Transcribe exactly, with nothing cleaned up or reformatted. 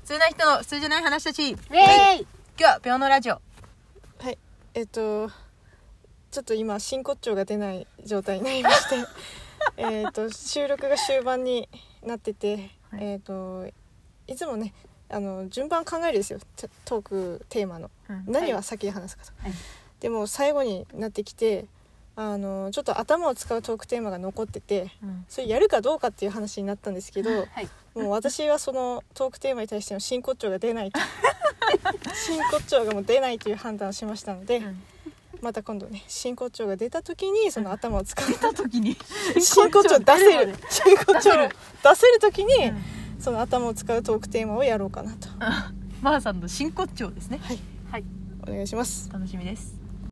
通な人の普通じゃない話たち。イエーイ。 はい、 今日はピョノラジオ。 はい、えっとちょっと今真骨頂が出ない状態になりましてえっと収録が終盤になってて、はい、えっといつもねあの順番考えるですよ、トークテーマの、うん、何は先に話すかと、はい、でも最後になってきてあのちょっと頭を使うトークテーマが残ってて、うん、それやるかどうかっていう話になったんですけど、はい、もう私はそのトークテーマに対しての真骨頂が出ないと真骨頂がもう出ないという判断をしましたので、うん、また今度ね真骨頂が出た時にその頭を使った時に真骨頂出せる真骨頂を出せる時に、うん、その頭を使うトークテーマをやろうかなと。 マーさんの真骨頂ですね。 はい、はい、お願いします。 楽しみです。